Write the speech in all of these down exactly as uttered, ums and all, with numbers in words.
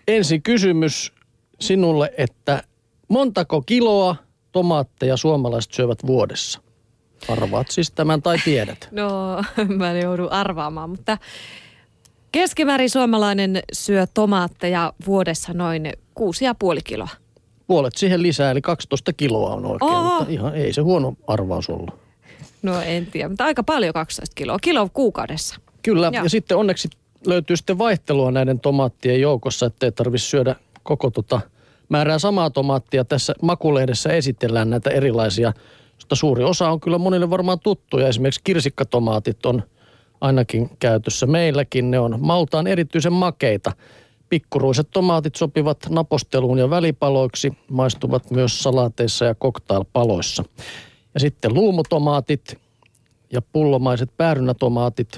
ensi kysymys sinulle, että montako kiloa tomaatteja suomalaiset syövät vuodessa? Arvaat siis tämän tai tiedät? No, mä joudun arvaamaan, mutta keskimäärin suomalainen syö tomaatteja vuodessa noin kuusi ja puoli kiloa. Puolet siihen lisää, eli kaksitoista kiloa on oikein, Oho. mutta ihan ei se huono arvaus ollut. No en tiedä, mutta aika paljon kaksitoista kiloa. Kilo kuukaudessa. Kyllä, Joo. ja sitten onneksi löytyy sitten vaihtelua näiden tomaattien joukossa, ettei tarvitse syödä koko tota määrää samaa tomaattia. Tässä makulehdessä esitellään näitä erilaisia, josta suuri osa on kyllä monille varmaan tuttuja. Esimerkiksi kirsikkatomaatit on ainakin käytössä meilläkin. Ne on maultaan erityisen makeita. Pikkuruiset tomaatit sopivat naposteluun ja välipaloiksi, maistuvat myös salaateissa ja cocktailpaloissa. Ja sitten luumutomaatit ja pullomaiset päärynätomaatit.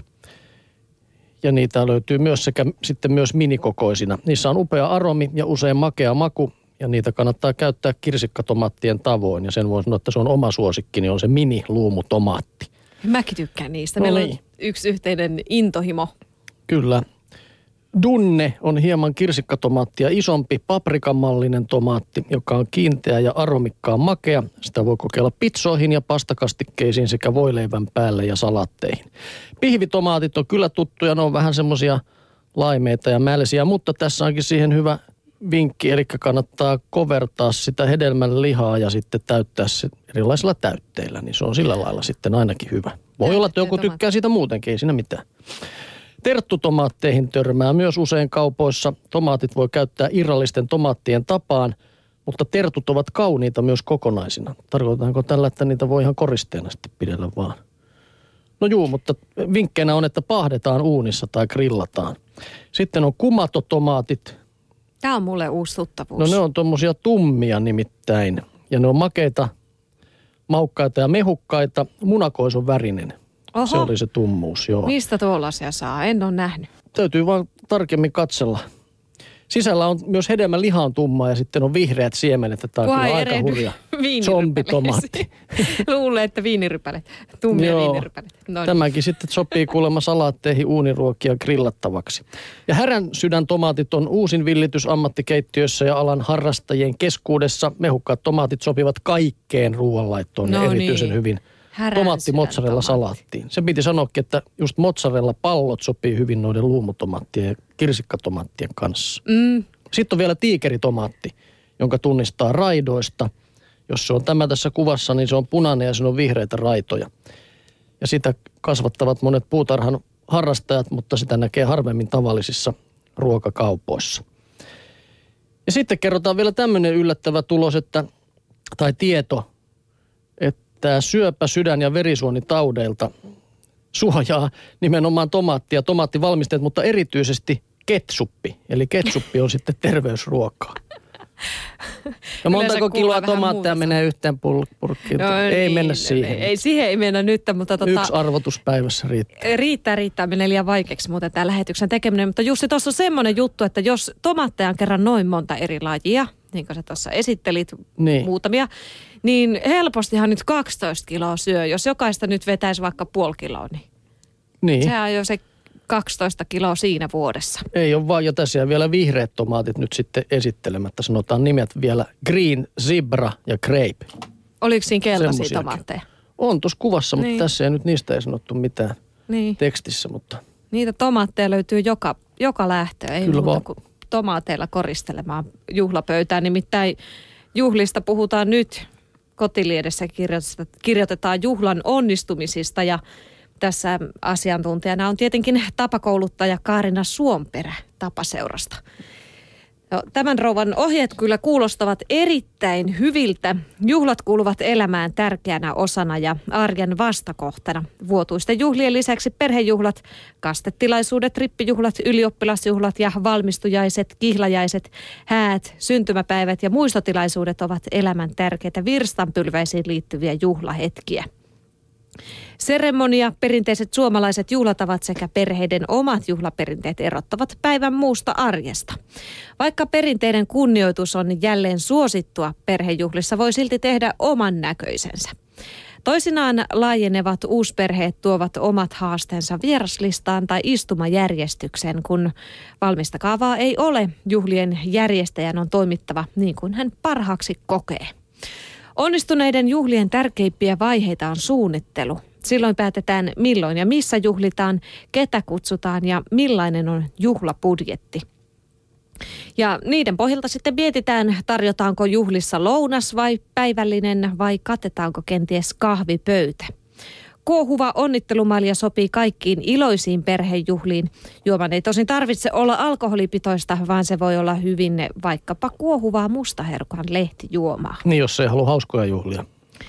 Ja niitä löytyy myös sekä sitten myös minikokoisina. Niissä on upea aromi ja usein makea maku ja niitä kannattaa käyttää kirsikkatomaattien tavoin. Ja sen voi sanoa, että se on oma suosikkini, on se mini-luumutomaatti. Mäkin tykkään niistä. No Meillä niin. on yksi yhteinen intohimo. Kyllä. Dunne on hieman kirsikkatomaattia isompi paprikamallinen tomaatti, joka on kiinteä ja aromikkaan makea. Sitä voi kokeilla pitsoihin ja pastakastikkeisiin sekä voileivän päälle ja salaatteihin. Pihvitomaatit on kyllä tuttuja, ne on vähän semmoisia laimeita ja mälsiä, mutta tässä onkin siihen hyvä vinkki, eli kannattaa kovertaa sitä hedelmän lihaa ja sitten täyttää se erilaisilla täytteillä, niin se on sillä lailla sitten ainakin hyvä. Voi olla, että joku tykkää siitä muutenkin, ei siinä mitään. Terttutomaatteihin törmää myös usein kaupoissa. Tomaatit voi käyttää irrallisten tomaattien tapaan, mutta tertut ovat kauniita myös kokonaisina. Tarkoitanko tällä, että niitä voi ihan koristeena sitten pidellä vaan? No juu, mutta vinkkeinä on, että pahdetaan uunissa tai grillataan. Sitten on kumatotomaatit. Tämä on mulle uusi tuttavuus. No ne on tommosia tummia nimittäin. Ja ne on makeita, maukkaita ja mehukkaita. Munakoison värinen. Oho. Se oli se tummuus, joo. Mistä tuollaisia saa? En ole nähnyt. Täytyy vaan tarkemmin katsella. Sisällä on myös hedelmän lihan tummaa ja sitten on vihreät siemenet. Tämä on kyllä aika hurja. Zombitomaatti. Luulee, että viinirypälet. Tummia Joo. viinirypälet. No niin. Tämäkin sitten sopii kuulemma salaatteihin, uuniruokia grillattavaksi. Ja härän sydäntomaatit on uusin villitys ammattikeittiössä ja alan harrastajien keskuudessa. Mehukkaat tomaatit sopivat kaikkeen ruoanlaittoon No ja erityisen niin. hyvin. Tomaatti mozzarella salaattiin. Se piti sanoakin, että just mozzarella pallot sopii hyvin noiden luumutomaattien ja kirsikkatomaattien kanssa. Mm. Sitten on vielä tiikeritomaatti, jonka tunnistaa raidoista. Jos se on tämä tässä kuvassa, niin se on punainen ja siinä on vihreitä raitoja. Ja sitä kasvattavat monet puutarhan harrastajat, mutta sitä näkee harvemmin tavallisissa ruokakaupoissa. Ja sitten kerrotaan vielä tämmöinen yllättävä tulos, että, tai tieto, että tämä syöpä, sydän- ja verisuonitaudeilta suojaa nimenomaan tomaattia, tomaattivalmisteet, mutta erityisesti ketsuppi. Eli ketsuppi on sitten terveysruokaa. Ja montako kiloa tomaatteja menee yhteen purkkiin? No ei niin, mennä no siihen. Ei, ei siihen ei mennä nyt, mutta tota, yksi arvotus päivässä riittää. Riittää, riittää. Menee liian vaikeaksi muuten tämä lähetyksen tekeminen. Mutta Jussi, tuossa on semmoinen juttu, että jos tomaatteja on kerran noin monta eri lajia, niin kuin sä tuossa esittelit niin. muutamia, niin helpostihan nyt kaksitoista kiloa syö. Jos jokaista nyt vetäisi vaikka puoli kiloa, niin, niin. sehän on jo se kaksitoista kiloa siinä vuodessa. Ei ole vaan, ja tässä ja vielä vihreät tomaatit nyt sitten esittelemättä. Sanotaan nimet vielä Green, Zebra ja Grape. Oliko siinä keltaisia Semmoisiakin. tomaatteja? On tuossa kuvassa, mutta Niin. tässä ei nyt niistä ei sanottu mitään Niin. tekstissä, mutta Niitä tomaatteja löytyy joka, joka lähtö. Ei Kyllä muuta vaan. kuin tomaateilla koristelemaan juhlapöytään. Nimittäin juhlista puhutaan nyt. Kotiliedessä kirjoitetaan juhlan onnistumisista ja tässä asiantuntijana on tietenkin tapakouluttaja Kaarina Suomperä Tapaseurasta. No, tämän rouvan ohjeet kyllä kuulostavat erittäin hyviltä. Juhlat kuuluvat elämään tärkeänä osana ja arjen vastakohtana. Vuotuisten juhlien lisäksi perhejuhlat, kastetilaisuudet, rippijuhlat, ylioppilasjuhlat ja valmistujaiset, kihlajaiset, häät, syntymäpäivät ja muistotilaisuudet ovat elämän tärkeitä virstanpylväisiin liittyviä juhlahetkiä. Seremonia, perinteiset suomalaiset juhlatavat sekä perheiden omat juhlaperinteet erottavat päivän muusta arjesta. Vaikka perinteiden kunnioitus on jälleen suosittua, perhejuhlissa voi silti tehdä oman näköisensä. Toisinaan laajenevat uusperheet tuovat omat haasteensa vieraslistaan tai istumajärjestykseen, kun valmista kaavaa ei ole. Juhlien järjestäjän on toimittava niin kuin hän parhaaksi kokee. Onnistuneiden juhlien tärkeimpiä vaiheita on suunnittelu. Silloin päätetään milloin ja missä juhlitaan, ketä kutsutaan ja millainen on juhlabudjetti. Ja niiden pohjalta sitten mietitään, tarjotaanko juhlissa lounas vai päivällinen vai katetaanko kenties kahvipöytä. Kuohuva onnittelumalja sopii kaikkiin iloisiin perhejuhliin. Juoman ei tosin tarvitse olla alkoholipitoista, vaan se voi olla hyvin vaikkapa kuohuvaa mustaherkukan lehtijuomaa. Niin, jos ei halua hauskoja juhlia.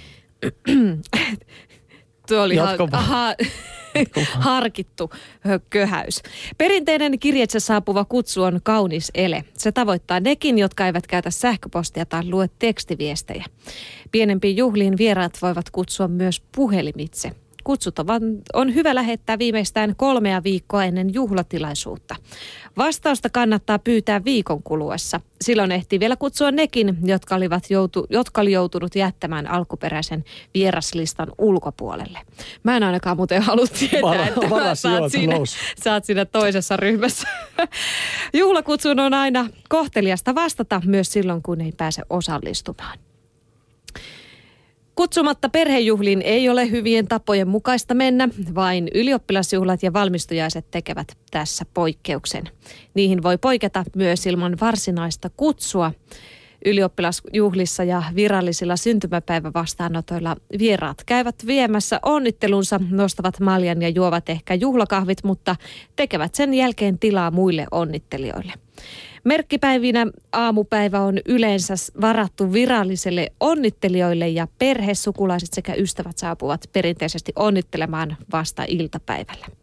Tuo oli ha- ha- harkittu köhäys. Perinteinen kirjeitse saapuva kutsu on kaunis ele. Se tavoittaa nekin, jotka eivät käytä sähköpostia tai lue tekstiviestejä. Pienempiin juhliin vieraat voivat kutsua myös puhelimitse. Kutsut on hyvä lähettää viimeistään kolmea viikkoa ennen juhlatilaisuutta. Vastausta kannattaa pyytää viikon kuluessa. Silloin ehtii vielä kutsua nekin, jotka, olivat joutu, jotka oli joutunut jättämään alkuperäisen vieraslistan ulkopuolelle. Mä en ainakaan muuten halua tietää, Var, että mä saat, siinä, saat siinä toisessa ryhmässä. Juhlakutsuun on aina kohteliasta vastata myös silloin, kun ei pääse osallistumaan. Kutsumatta perhejuhliin ei ole hyvien tapojen mukaista mennä, vain ylioppilasjuhlat ja valmistujaiset tekevät tässä poikkeuksen. Niihin voi poiketa myös ilman varsinaista kutsua. Ylioppilasjuhlissa ja virallisilla syntymäpäivävastaanotoilla vieraat käyvät viemässä onnittelunsa, nostavat maljan ja juovat ehkä juhlakahvit, mutta tekevät sen jälkeen tilaa muille onnittelijoille. Merkkipäivinä aamupäivä on yleensä varattu viralliselle onnittelijoille ja perhesukulaiset sekä ystävät saapuvat perinteisesti onnittelemaan vasta iltapäivällä.